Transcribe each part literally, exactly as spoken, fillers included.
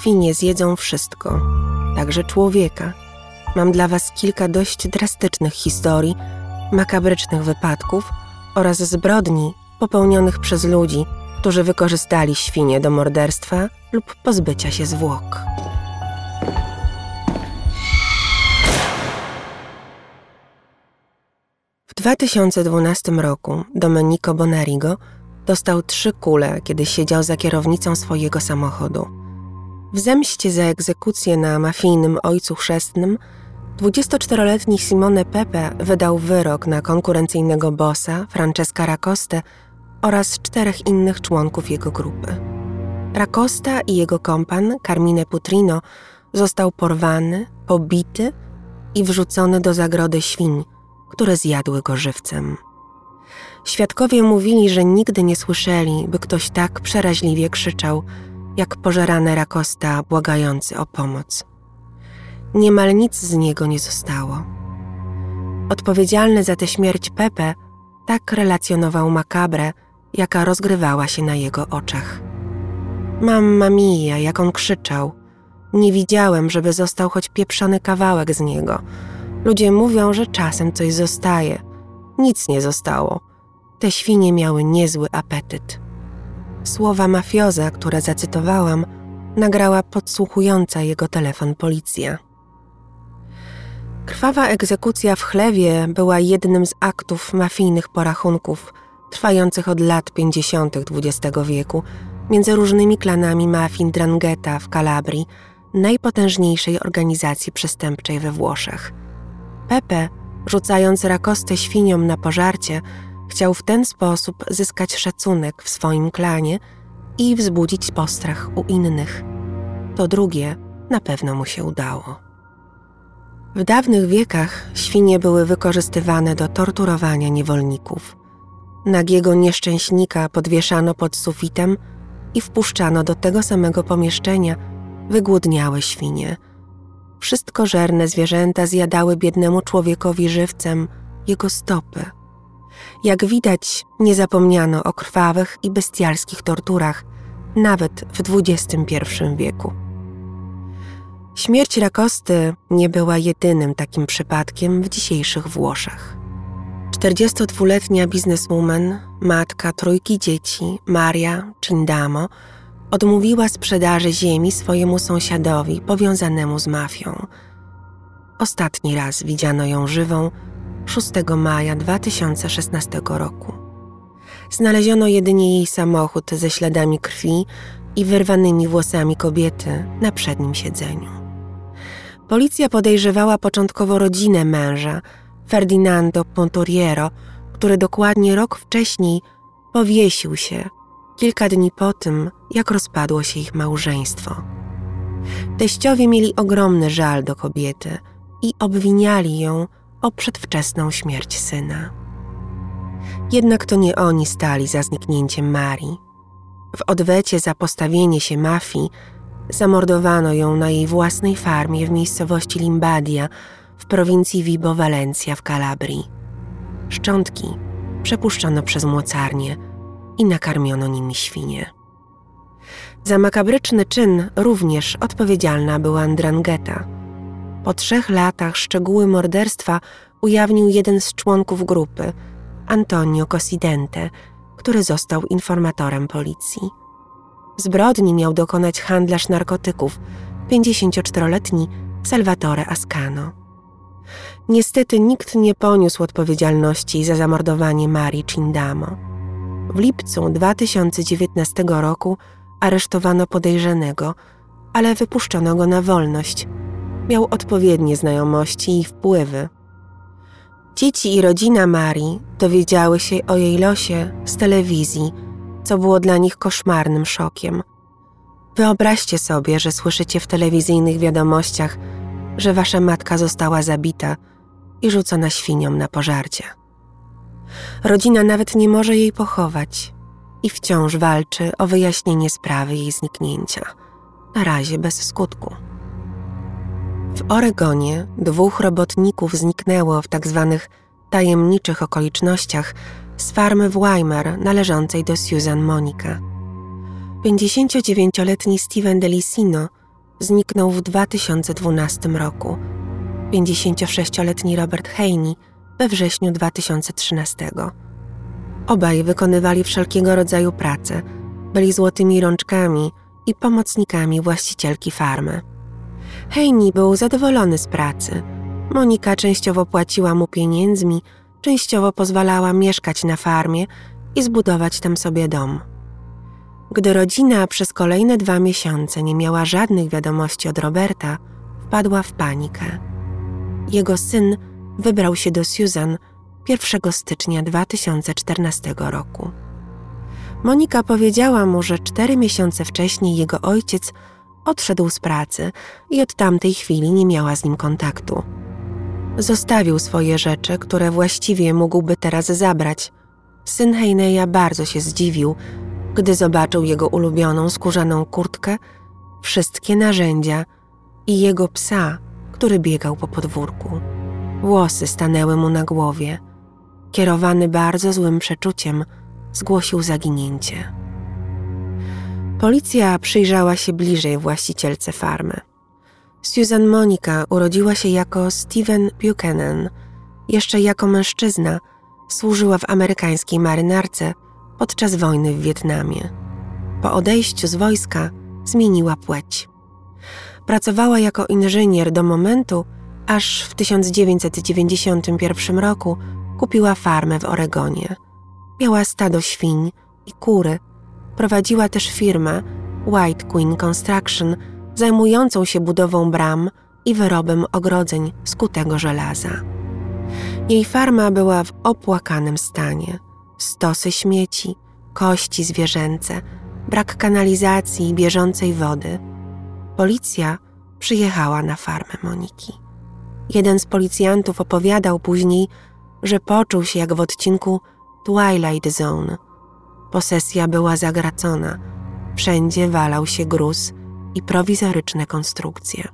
świnie zjedzą wszystko, także człowieka. Mam dla was kilka dość drastycznych historii, makabrycznych wypadków oraz zbrodni popełnionych przez ludzi, którzy wykorzystali świnie do morderstwa lub pozbycia się zwłok. W dwa tysiące dwunastym roku Domenico Bonarigo dostał trzy kule, kiedy siedział za kierownicą swojego samochodu. W zemście za egzekucję na mafijnym ojcu chrzestnym dwudziestoczteroletni Simone Pepe wydał wyrok na konkurencyjnego bossa Francesca Racostę oraz czterech innych członków jego grupy. Racosta i jego kompan Carmine Putrino został porwany, pobity i wrzucony do zagrody świń, które zjadły go żywcem. Świadkowie mówili, że nigdy nie słyszeli, by ktoś tak przeraźliwie krzyczał, jak pożerany Racosta błagający o pomoc. Niemal nic z niego nie zostało. Odpowiedzialny za tę śmierć Pepe tak relacjonował makabrę, jaka rozgrywała się na jego oczach. Mamma mia, jak on krzyczał. Nie widziałem, żeby został choć pieprzony kawałek z niego. Ludzie mówią, że czasem coś zostaje. Nic nie zostało. Te świnie miały niezły apetyt. Słowa mafioza, które zacytowałam, nagrała podsłuchująca jego telefon policja. Krwawa egzekucja w chlewie była jednym z aktów mafijnych porachunków trwających od lat pięćdziesiątych dwudziestego wieku między różnymi klanami mafii 'Ndrangheta w Kalabrii, najpotężniejszej organizacji przestępczej we Włoszech. Pepe, rzucając Racostę świniom na pożarcie, chciał w ten sposób zyskać szacunek w swoim klanie i wzbudzić postrach u innych. To drugie na pewno mu się udało. W dawnych wiekach świnie były wykorzystywane do torturowania niewolników. Nagiego nieszczęśnika podwieszano pod sufitem i wpuszczano do tego samego pomieszczenia wygłodniałe świnie. Wszystkożerne zwierzęta zjadały biednemu człowiekowi żywcem jego stopy. Jak widać, nie zapomniano o krwawych i bestialskich torturach, nawet w dwudziestym pierwszym wieku. Śmierć Racosty nie była jedynym takim przypadkiem w dzisiejszych Włoszech. czterdziestodwuletnia bizneswoman, matka trójki dzieci, Maria Cindamo, odmówiła sprzedaży ziemi swojemu sąsiadowi powiązanemu z mafią. Ostatni raz widziano ją żywą szóstego maja dwa tysiące szesnastego roku. Znaleziono jedynie jej samochód ze śladami krwi i wyrwanymi włosami kobiety na przednim siedzeniu. Policja podejrzewała początkowo rodzinę męża, Ferdinando Ponturiero, który dokładnie rok wcześniej powiesił się, kilka dni po tym, jak rozpadło się ich małżeństwo. Teściowie mieli ogromny żal do kobiety i obwiniali ją o przedwczesną śmierć syna. Jednak to nie oni stali za zniknięciem Marii. W odwecie za postawienie się mafii zamordowano ją na jej własnej farmie w miejscowości Limbadia w prowincji Vibo Valentia w Kalabrii. Szczątki przepuszczono przez mocarnię i nakarmiono nimi świnie. Za makabryczny czyn również odpowiedzialna była 'Ndrangheta. Po trzech latach szczegóły morderstwa ujawnił jeden z członków grupy, Antonio Cosidente, który został informatorem policji. Zbrodni miał dokonać handlarz narkotyków, pięćdziesięcioczteroletni Salvatore Ascano. Niestety nikt nie poniósł odpowiedzialności za zamordowanie Marii Cindamo. W lipcu dwa tysiące dziewiętnastego roku aresztowano podejrzanego, ale wypuszczono go na wolność. Miał odpowiednie znajomości i wpływy. Dzieci i rodzina Marii dowiedziały się o jej losie z telewizji, co było dla nich koszmarnym szokiem. Wyobraźcie sobie, że słyszycie w telewizyjnych wiadomościach, że wasza matka została zabita i rzucona świniom na pożarcie. Rodzina nawet nie może jej pochować i wciąż walczy o wyjaśnienie sprawy jej zniknięcia, na razie bez skutku. W Oregonie dwóch robotników zniknęło w tak zwanych tajemniczych okolicznościach z farmy w Weimar należącej do Susan Monica. pięćdziesięciodziewięcioletni Steven Delicino zniknął w dwa tysiące dwunastym roku. pięćdziesięciosześcioletni Robert Haney we wrześniu dwa tysiące trzynastego. Obaj wykonywali wszelkiego rodzaju prace, byli złotymi rączkami i pomocnikami właścicielki farmy. Haney był zadowolony z pracy. Monika częściowo płaciła mu pieniędzmi, częściowo pozwalała mieszkać na farmie i zbudować tam sobie dom. Gdy rodzina przez kolejne dwa miesiące nie miała żadnych wiadomości od Roberta, wpadła w panikę. Jego syn wybrał się do Susan pierwszego stycznia dwa tysiące czternastego roku. Monika powiedziała mu, że cztery miesiące wcześniej jego ojciec odszedł z pracy i od tamtej chwili nie miała z nim kontaktu. Zostawił swoje rzeczy, które właściwie mógłby teraz zabrać. Syn Haneya bardzo się zdziwił, gdy zobaczył jego ulubioną skórzaną kurtkę, wszystkie narzędzia i jego psa, który biegał po podwórku. Włosy stanęły mu na głowie. Kierowany bardzo złym przeczuciem, zgłosił zaginięcie. Policja przyjrzała się bliżej właścicielce farmy. Susan Monika urodziła się jako Steven Buchanan. Jeszcze jako mężczyzna służyła w amerykańskiej marynarce podczas wojny w Wietnamie. Po odejściu z wojska zmieniła płeć. Pracowała jako inżynier do momentu, aż w tysiąc dziewięćset dziewięćdziesiątym pierwszym roku kupiła farmę w Oregonie. Miała stado świń i kury. Prowadziła też firmę White Queen Construction, zajmującą się budową bram i wyrobem ogrodzeń z kutego żelaza. Jej farma była w opłakanym stanie. Stosy śmieci, kości zwierzęce, brak kanalizacji i bieżącej wody. Policja przyjechała na farmę Moniki. Jeden z policjantów opowiadał później, że poczuł się jak w odcinku Twilight Zone. Posesja była zagracona, wszędzie walał się gruz i prowizoryczne konstrukcje.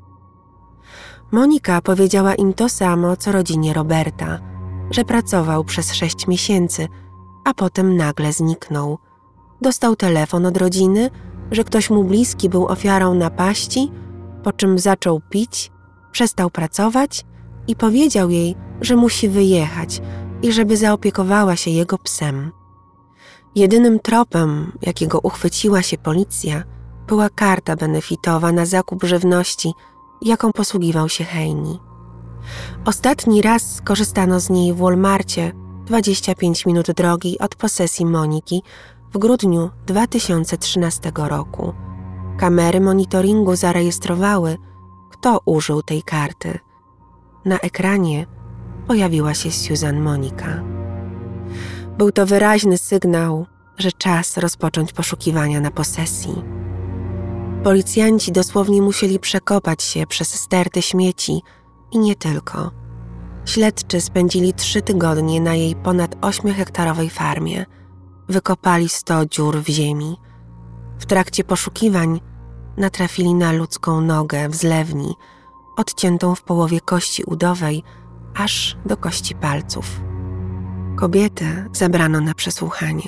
Monika powiedziała im to samo, co rodzinie Roberta, że pracował przez sześć miesięcy, a potem nagle zniknął. Dostał telefon od rodziny, że ktoś mu bliski był ofiarą napaści, po czym zaczął pić, przestał pracować i powiedział jej, że musi wyjechać i żeby zaopiekowała się jego psem. Jedynym tropem, jakiego uchwyciła się policja, była karta benefitowa na zakup żywności, jaką posługiwał się Haney. Ostatni raz skorzystano z niej w Walmarcie, dwadzieścia pięć minut drogi od posesji Moniki, w grudniu dwa tysiące trzynastego roku. Kamery monitoringu zarejestrowały, kto użył tej karty. Na ekranie pojawiła się Susan Monika. Był to wyraźny sygnał, że czas rozpocząć poszukiwania na posesji. Policjanci dosłownie musieli przekopać się przez sterty śmieci i nie tylko. Śledczy spędzili trzy tygodnie na jej ponad ośmiohektarowej farmie. Wykopali sto dziur w ziemi. W trakcie poszukiwań natrafili na ludzką nogę w zlewni, odciętą w połowie kości udowej aż do kości palców. Kobietę zabrano na przesłuchanie.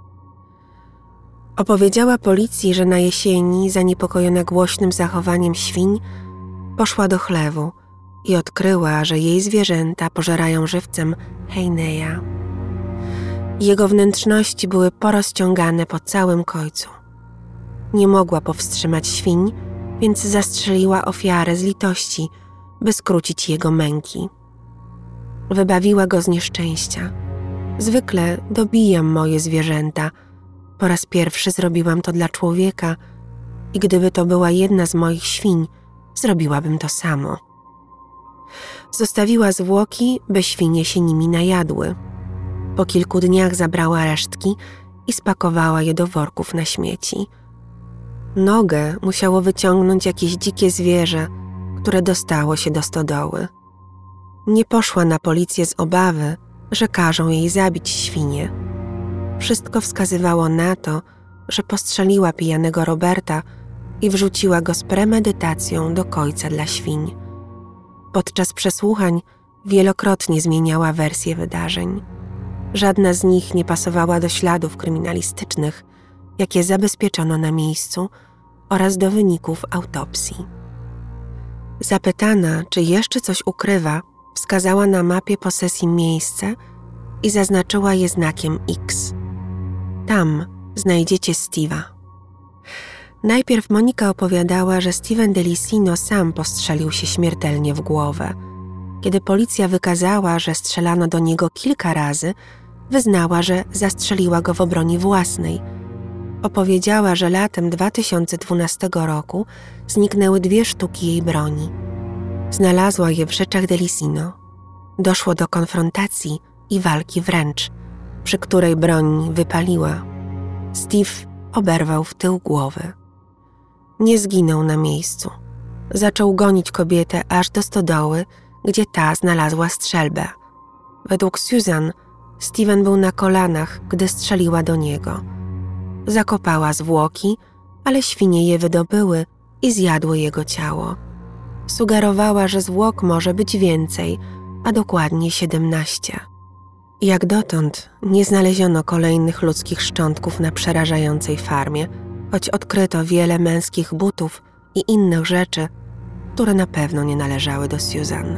Opowiedziała policji, że na jesieni, zaniepokojona głośnym zachowaniem świń, poszła do chlewu i odkryła, że jej zwierzęta pożerają żywcem Haneya. Jego wnętrzności były porozciągane po całym kojcu. Nie mogła powstrzymać świń, więc zastrzeliła ofiarę z litości, by skrócić jego męki. Wybawiła go z nieszczęścia. Zwykle dobijam moje zwierzęta. Po raz pierwszy zrobiłam to dla człowieka i gdyby to była jedna z moich świń, zrobiłabym to samo. Zostawiła zwłoki, by świnie się nimi najadły. Po kilku dniach zabrała resztki i spakowała je do worków na śmieci. Nogę musiało wyciągnąć jakieś dzikie zwierzę, które dostało się do stodoły. Nie poszła na policję z obawy, że każą jej zabić świnie. Wszystko wskazywało na to, że postrzeliła pijanego Roberta i wrzuciła go z premedytacją do kojca dla świń. Podczas przesłuchań wielokrotnie zmieniała wersję wydarzeń. Żadna z nich nie pasowała do śladów kryminalistycznych, jakie zabezpieczono na miejscu oraz do wyników autopsji. Zapytana, czy jeszcze coś ukrywa, wskazała na mapie posesji miejsce i zaznaczyła je znakiem X. Tam znajdziecie Steve'a. Najpierw Monika opowiadała, że Steven Delicino sam postrzelił się śmiertelnie w głowę. Kiedy policja wykazała, że strzelano do niego kilka razy, wyznała, że zastrzeliła go w obronie własnej. Opowiedziała, że latem dwa tysiące dwunastego roku zniknęły dwie sztuki jej broni. Znalazła je w rzeczach Delicino. Doszło do konfrontacji i walki wręcz, przy której broń wypaliła. Steve oberwał w tył głowy. Nie zginął na miejscu. Zaczął gonić kobietę aż do stodoły, gdzie ta znalazła strzelbę. Według Susan, Steven był na kolanach, gdy strzeliła do niego. Zakopała zwłoki, ale świnie je wydobyły i zjadły jego ciało. Sugerowała, że zwłok może być więcej, a dokładnie siedemnaście. Jak dotąd nie znaleziono kolejnych ludzkich szczątków na przerażającej farmie, choć odkryto wiele męskich butów i innych rzeczy, które na pewno nie należały do Susan.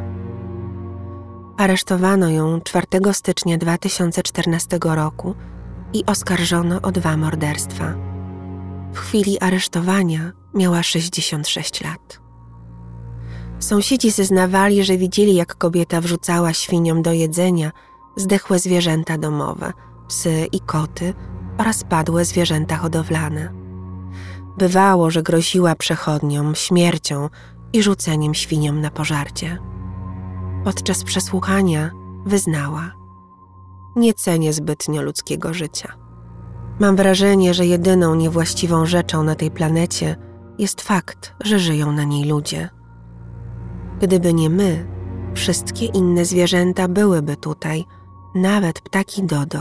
Aresztowano ją czwartego stycznia dwa tysiące czternastego roku i oskarżono o dwa morderstwa. W chwili aresztowania miała sześćdziesiąt sześć lat. Sąsiedzi zeznawali, że widzieli, jak kobieta wrzucała świniom do jedzenia zdechłe zwierzęta domowe, psy i koty oraz padłe zwierzęta hodowlane. Bywało, że groziła przechodniom śmiercią i rzuceniem świniom na pożarcie. Podczas przesłuchania wyznała: nie cenię zbytnio ludzkiego życia. Mam wrażenie, że jedyną niewłaściwą rzeczą na tej planecie jest fakt, że żyją na niej ludzie. Gdyby nie my, wszystkie inne zwierzęta byłyby tutaj, nawet ptaki dodo.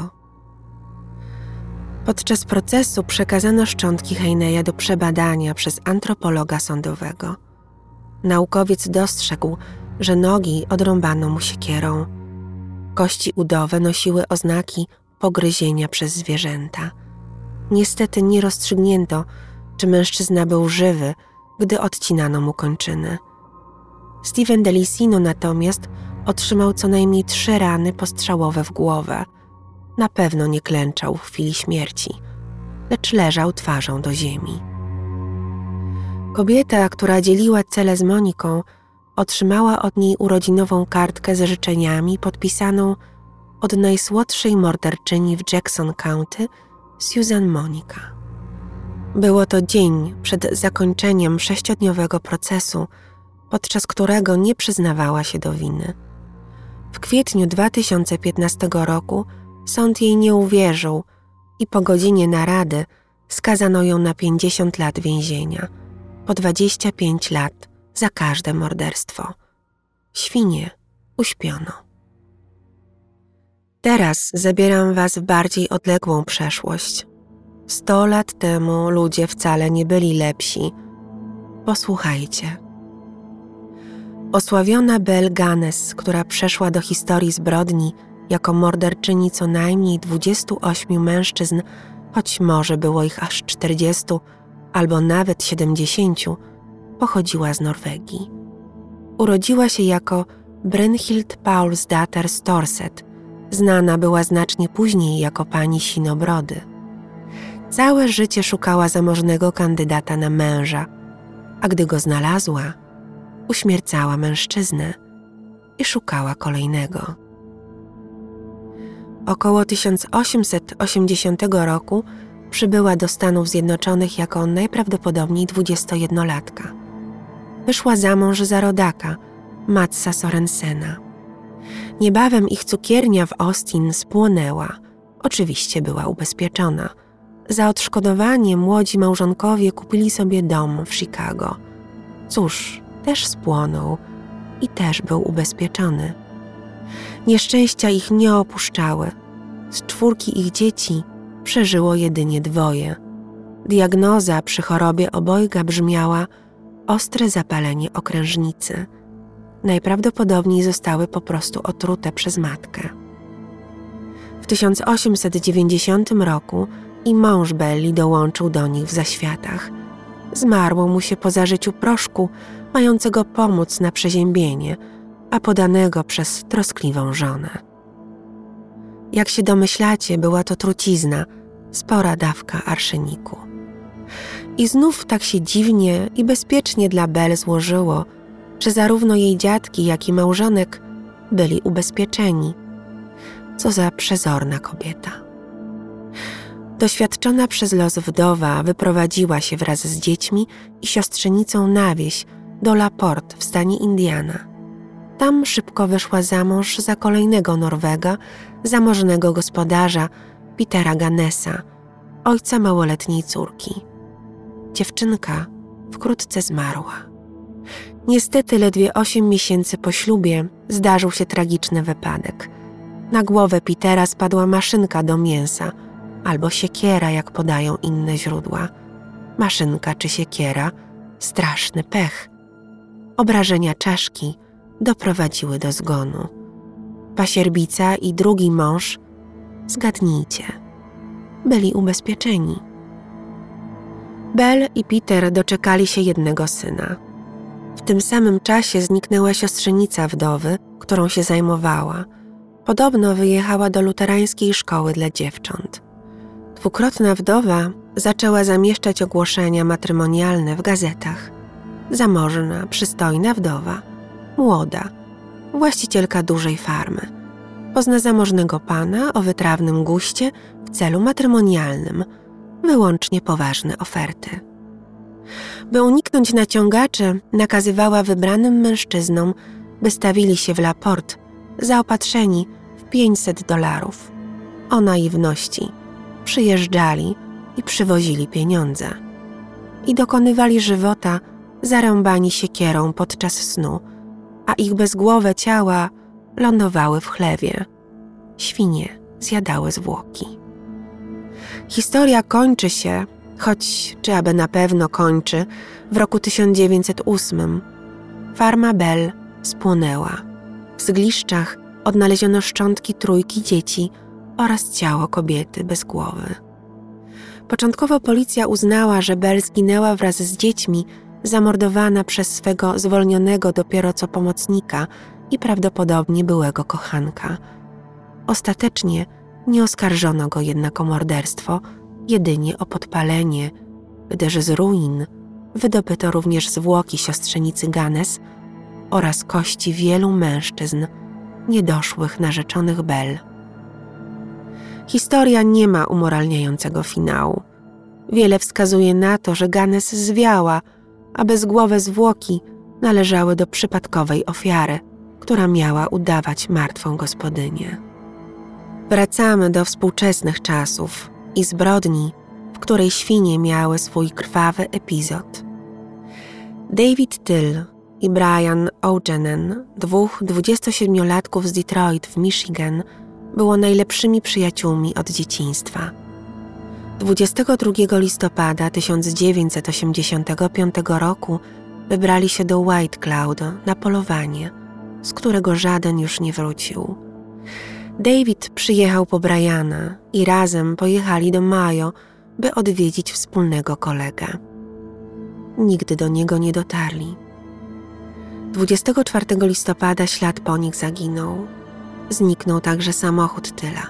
Podczas procesu przekazano szczątki Heineya do przebadania przez antropologa sądowego. Naukowiec dostrzegł, że nogi odrąbano mu siekierą. Kości udowe nosiły oznaki pogryzienia przez zwierzęta. Niestety nie rozstrzygnięto, czy mężczyzna był żywy, gdy odcinano mu kończyny. Steven Delicino natomiast otrzymał co najmniej trzy rany postrzałowe w głowę. Na pewno nie klęczał w chwili śmierci, lecz leżał twarzą do ziemi. Kobieta, która dzieliła cele z Moniką, otrzymała od niej urodzinową kartkę z życzeniami podpisaną od najsłodszej morderczyni w Jackson County, Susan Monica. Było to dzień przed zakończeniem sześciodniowego procesu, podczas którego nie przyznawała się do winy. W kwietniu dwa tysiące piętnastego roku sąd jej nie uwierzył i po godzinie narady skazano ją na pięćdziesiąt lat więzienia, po dwadzieścia pięć lat za każde morderstwo. Świnie uśpiono. Teraz zabieram was w bardziej odległą przeszłość. Sto lat temu ludzie wcale nie byli lepsi. Posłuchajcie. Osławiona Belle Gunness, która przeszła do historii zbrodni jako morderczyni co najmniej dwudziestu ośmiu mężczyzn, choć może było ich aż czterdziestu albo nawet siedemdziesięciu, pochodziła z Norwegii. Urodziła się jako Brynhild Paulsdatter Storset, znana była znacznie później jako pani Sinobrody. Całe życie szukała zamożnego kandydata na męża, a gdy go znalazła, uśmiercała mężczyznę i szukała kolejnego. Około tysiąc osiemset osiemdziesiątego roku przybyła do Stanów Zjednoczonych jako najprawdopodobniej dwudziestojednolatka. Wyszła za mąż za rodaka, Matsa Sorensena. Niebawem ich cukiernia w Austin spłonęła. Oczywiście była ubezpieczona. Za odszkodowanie młodzi małżonkowie kupili sobie dom w Chicago. Cóż, też spłonął i też był ubezpieczony. Nieszczęścia ich nie opuszczały. Z czwórki ich dzieci przeżyło jedynie dwoje. Diagnoza przy chorobie obojga brzmiała ostre zapalenie okrężnicy. Najprawdopodobniej zostały po prostu otrute przez matkę. W tysiąc osiemset dziewięćdziesiątym roku i mąż Belli dołączył do nich w zaświatach. Zmarło mu się po zażyciu proszku, mającego pomóc na przeziębienie, a podanego przez troskliwą żonę. Jak się domyślacie, była to trucizna, spora dawka arszeniku. I znów tak się dziwnie i bezpiecznie dla Belle złożyło, że zarówno jej dziadki, jak i małżonek byli ubezpieczeni. Co za przezorna kobieta. Doświadczona przez los wdowa wyprowadziła się wraz z dziećmi i siostrzenicą na wieś do La Porte w stanie Indiana. Tam szybko wyszła za mąż za kolejnego Norwega, zamożnego gospodarza Petera Ganesa, ojca małoletniej córki. Dziewczynka wkrótce zmarła. Niestety ledwie osiem miesięcy po ślubie zdarzył się tragiczny wypadek. Na głowę Petera spadła maszynka do mięsa, albo siekiera, jak podają inne źródła. Maszynka czy siekiera, straszny pech. Obrażenia czaszki doprowadziły do zgonu. Pasierbica i drugi mąż, zgadnijcie, byli ubezpieczeni. Belle i Peter doczekali się jednego syna. W tym samym czasie zniknęła siostrzenica wdowy, którą się zajmowała. Podobno wyjechała do luterańskiej szkoły dla dziewcząt. Dwukrotna wdowa zaczęła zamieszczać ogłoszenia matrymonialne w gazetach. Zamożna, przystojna wdowa, młoda, właścicielka dużej farmy. Pozna zamożnego pana o wytrawnym guście w celu matrymonialnym, wyłącznie poważne oferty. By uniknąć naciągaczy, nakazywała wybranym mężczyznom, by stawili się w La Porte zaopatrzeni w pięćset dolarów. O naiwności przyjeżdżali i przywozili pieniądze. I dokonywali żywota zarąbani siekierą podczas snu, a ich bezgłowe ciała lądowały w chlewie. Świnie zjadały zwłoki. Historia kończy się, choć czy aby na pewno kończy, w roku tysiąc dziewięćset ósmym. Farma Belle spłonęła. W zgliszczach odnaleziono szczątki trójki dzieci oraz ciało kobiety bez głowy. Początkowo policja uznała, że Belle zginęła wraz z dziećmi, zamordowana przez swego zwolnionego dopiero co pomocnika i prawdopodobnie byłego kochanka. Ostatecznie nie oskarżono go jednak o morderstwo, jedynie o podpalenie, gdyż z ruin wydobyto również zwłoki siostrzenicy Ganes oraz kości wielu mężczyzn niedoszłych narzeczonych Belle. Historia nie ma umoralniającego finału. Wiele wskazuje na to, że Ganes zwiała, a bezgłowe zwłoki należały do przypadkowej ofiary, która miała udawać martwą gospodynię. Wracamy do współczesnych czasów i zbrodni, w której świnie miały swój krwawy epizod. David Till i Brian Ogenen, dwóch dwudziestosiedmiolatków z Detroit w Michigan, było najlepszymi przyjaciółmi od dzieciństwa. dwudziestego drugiego listopada tysiąc dziewięćset osiemdziesiątego piątego roku wybrali się do White Cloud na polowanie, z którego żaden już nie wrócił. David przyjechał po Briana i razem pojechali do Mayo, by odwiedzić wspólnego kolegę. Nigdy do niego nie dotarli. dwudziestego czwartego listopada ślad po nich zaginął. Zniknął także samochód Tyla.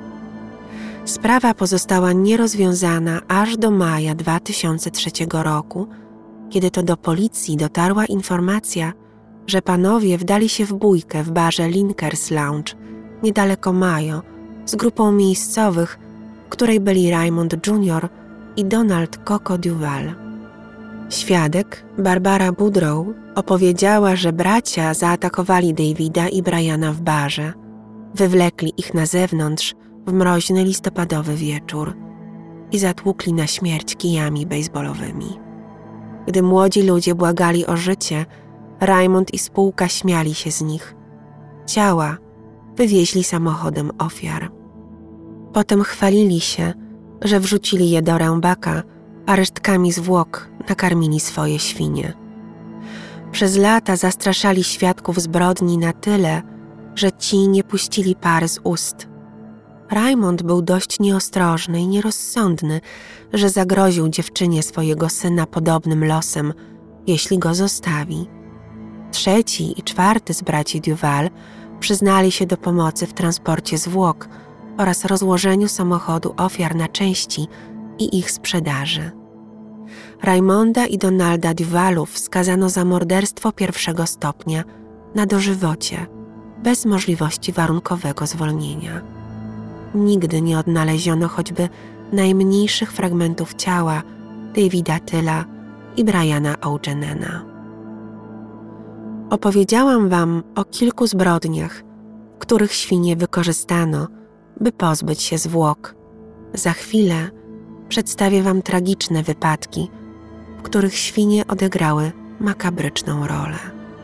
Sprawa pozostała nierozwiązana aż do maja dwa tysiące trzeciego roku, kiedy to do policji dotarła informacja, że panowie wdali się w bójkę w barze Linkers Lounge niedaleko Mayo z grupą miejscowych, w której byli Raymond junior i Donald Coco Duval. Świadek, Barbara Boudreau, opowiedziała, że bracia zaatakowali Davida i Briana w barze. Wywlekli ich na zewnątrz w mroźny listopadowy wieczór i zatłukli na śmierć kijami bejsbolowymi. Gdy młodzi ludzie błagali o życie, Raymond i spółka śmiali się z nich. Ciała wywieźli samochodem ofiar. Potem chwalili się, że wrzucili je do rębaka, a resztkami zwłok nakarmili swoje świnie. Przez lata zastraszali świadków zbrodni na tyle, że ci nie puścili pary z ust. Raymond był dość nieostrożny i nierozsądny, że zagroził dziewczynie swojego syna podobnym losem, jeśli go zostawi. Trzeci i czwarty z braci Duval przyznali się do pomocy w transporcie zwłok oraz rozłożeniu samochodu ofiar na części i ich sprzedaży. Raymonda i Donalda Duvalów skazano za morderstwo pierwszego stopnia na dożywocie, bez możliwości warunkowego zwolnienia. Nigdy nie odnaleziono choćby najmniejszych fragmentów ciała Davida Tylla i Briana O'Genena. Opowiedziałam wam o kilku zbrodniach, których świnie wykorzystano, by pozbyć się zwłok. Za chwilę przedstawię wam tragiczne wypadki, w których świnie odegrały makabryczną rolę.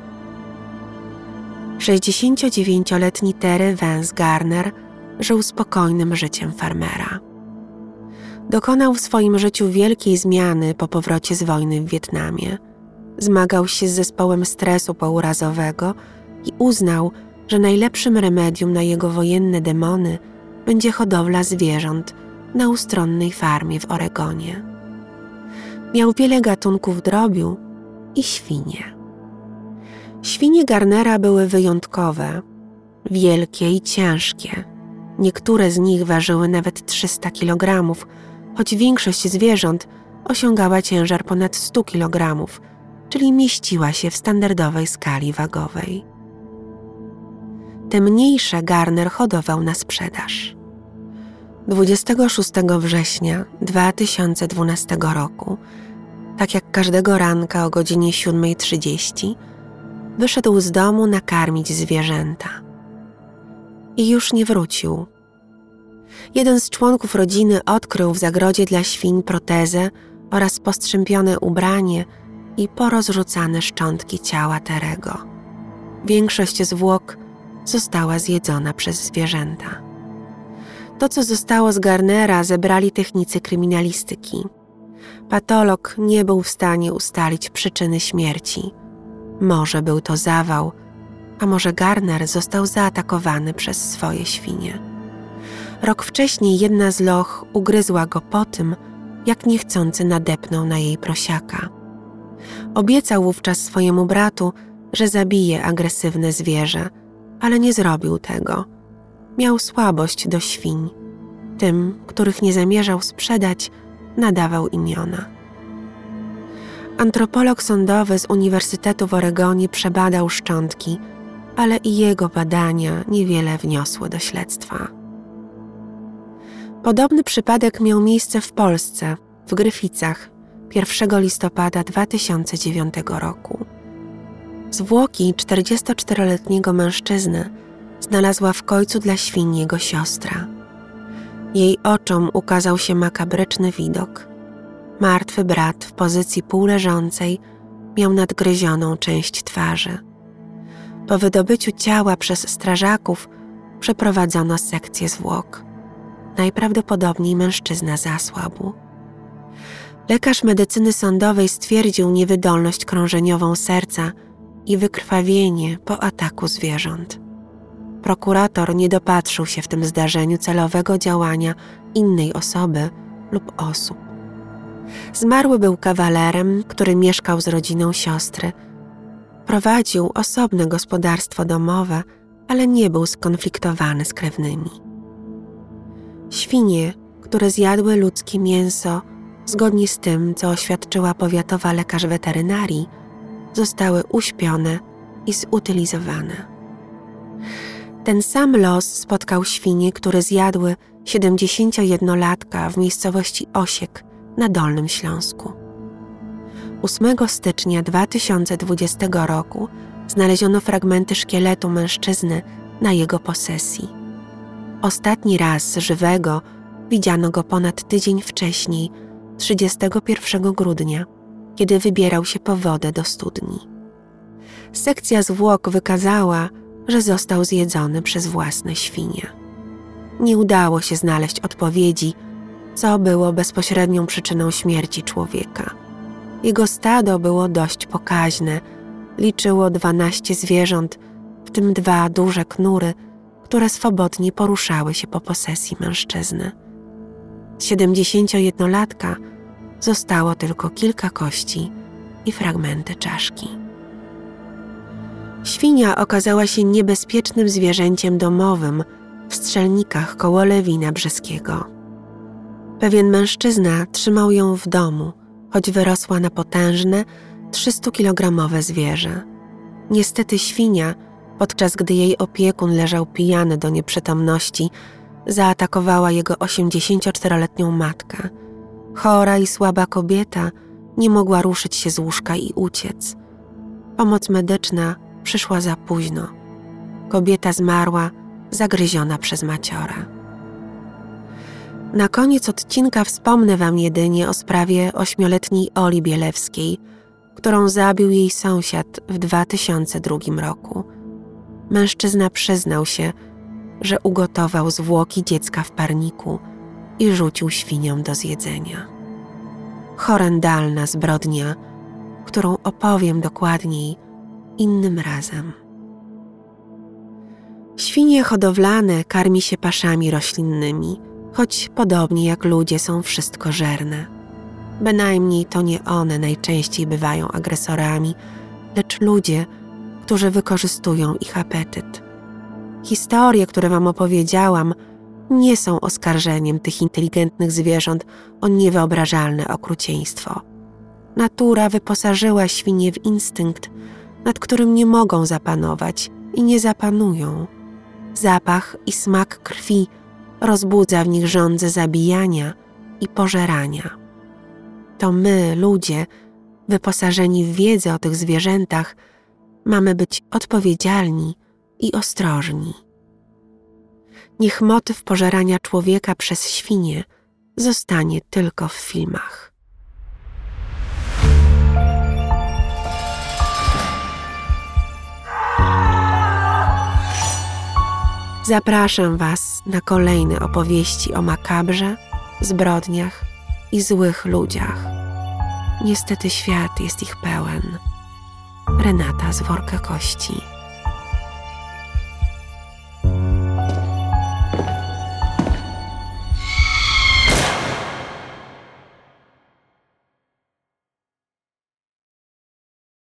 sześćdziesięciodziewięcioletni Terry Vance Garner żył spokojnym życiem farmera. Dokonał w swoim życiu wielkiej zmiany po powrocie z wojny w Wietnamie. Zmagał się z zespołem stresu pourazowego i uznał, że najlepszym remedium na jego wojenne demony będzie hodowla zwierząt na ustronnej farmie w Oregonie. Miał wiele gatunków drobiu i świnie. Świnie Garnera były wyjątkowe, wielkie i ciężkie. Niektóre z nich ważyły nawet trzysta kilogramów, choć większość zwierząt osiągała ciężar ponad sto kilogramów, czyli mieściła się w standardowej skali wagowej. Te mniejsze Garner hodował na sprzedaż. dwudziestego szóstego września dwa tysiące dwunastego roku, tak jak każdego ranka o godzinie siódma trzydzieści, wyszedł z domu nakarmić zwierzęta. I już nie wrócił. Jeden z członków rodziny odkrył w zagrodzie dla świń protezę oraz postrzępione ubranie i porozrzucane szczątki ciała Terego. Większość zwłok została zjedzona przez zwierzęta. To, co zostało z Garnera, zebrali technicy kryminalistyki. Patolog nie był w stanie ustalić przyczyny śmierci. Może był to zawał, a może Garner został zaatakowany przez swoje świnie. Rok wcześniej jedna z loch ugryzła go po tym, jak niechcący nadepnął na jej prosiaka. Obiecał wówczas swojemu bratu, że zabije agresywne zwierzę, ale nie zrobił tego. Miał słabość do świń. Tym, których nie zamierzał sprzedać, nadawał imiona. Antropolog sądowy z Uniwersytetu w Oregonie przebadał szczątki, ale i jego badania niewiele wniosły do śledztwa. Podobny przypadek miał miejsce w Polsce, w Gryficach, pierwszego listopada dwa tysiące dziewiątego roku. Zwłoki czterdziestoczteroletniego mężczyzny znalazła w kojcu dla świń jego siostra. Jej oczom ukazał się makabryczny widok. Martwy brat w pozycji półleżącej miał nadgryzioną część twarzy. Po wydobyciu ciała przez strażaków przeprowadzono sekcję zwłok. Najprawdopodobniej mężczyzna zasłabł. Lekarz medycyny sądowej stwierdził niewydolność krążeniową serca i wykrwawienie po ataku zwierząt. Prokurator nie dopatrzył się w tym zdarzeniu celowego działania innej osoby lub osób. Zmarły był kawalerem, który mieszkał z rodziną siostry. Prowadził osobne gospodarstwo domowe, ale nie był skonfliktowany z krewnymi. Świnie, które zjadły ludzkie mięso, zgodnie z tym, co oświadczyła powiatowa lekarz weterynarii, zostały uśpione i zutylizowane. Ten sam los spotkał świnie, które zjadły siedemdziesięciojednolatka w miejscowości Osiek na Dolnym Śląsku. ósmego stycznia dwa tysiące dwudziestego roku znaleziono fragmenty szkieletu mężczyzny na jego posesji. Ostatni raz żywego widziano go ponad tydzień wcześniej, trzydziestego pierwszego grudnia, kiedy wybierał się po wodę do studni. Sekcja zwłok wykazała, że został zjedzony przez własne świnie. Nie udało się znaleźć odpowiedzi, co było bezpośrednią przyczyną śmierci człowieka. Jego stado było dość pokaźne, liczyło dwanaście zwierząt, w tym dwa duże knury, które swobodnie poruszały się po posesji mężczyzny. Z siedemdziesięciojednolatka zostało tylko kilka kości i fragmenty czaszki. Świnia okazała się niebezpiecznym zwierzęciem domowym w Strzelnikach koło Lewina Brzeskiego. Pewien mężczyzna trzymał ją w domu, choć wyrosła na potężne, trzystukilogramowe zwierzę. Niestety świnia, podczas gdy jej opiekun leżał pijany do nieprzytomności, zaatakowała jego osiemdziesięcioczteroletnią matkę. Chora i słaba kobieta nie mogła ruszyć się z łóżka i uciec. Pomoc medyczna przyszła za późno. Kobieta zmarła, zagryziona przez maciora. Na koniec odcinka wspomnę wam jedynie o sprawie ośmioletniej Oli Bielewskiej, którą zabił jej sąsiad w dwa tysiące drugim roku. Mężczyzna przyznał się, że ugotował zwłoki dziecka w parniku i rzucił świniom do zjedzenia. Horrendalna zbrodnia, którą opowiem dokładniej innym razem. Świnie hodowlane karmi się paszami roślinnymi, choć podobnie jak ludzie są wszystkożerne. Bynajmniej to nie one najczęściej bywają agresorami, lecz ludzie, którzy wykorzystują ich apetyt. Historie, które wam opowiedziałam, nie są oskarżeniem tych inteligentnych zwierząt o niewyobrażalne okrucieństwo. Natura wyposażyła świnie w instynkt, nad którym nie mogą zapanować i nie zapanują. Zapach i smak krwi rozbudza w nich żądzę zabijania i pożerania. To my, ludzie, wyposażeni w wiedzę o tych zwierzętach, mamy być odpowiedzialni i ostrożni. Niech motyw pożerania człowieka przez świnie zostanie tylko w filmach. Zapraszam was na kolejne opowieści o makabrze, zbrodniach i złych ludziach. Niestety świat jest ich pełen. Renata z Worka Kości.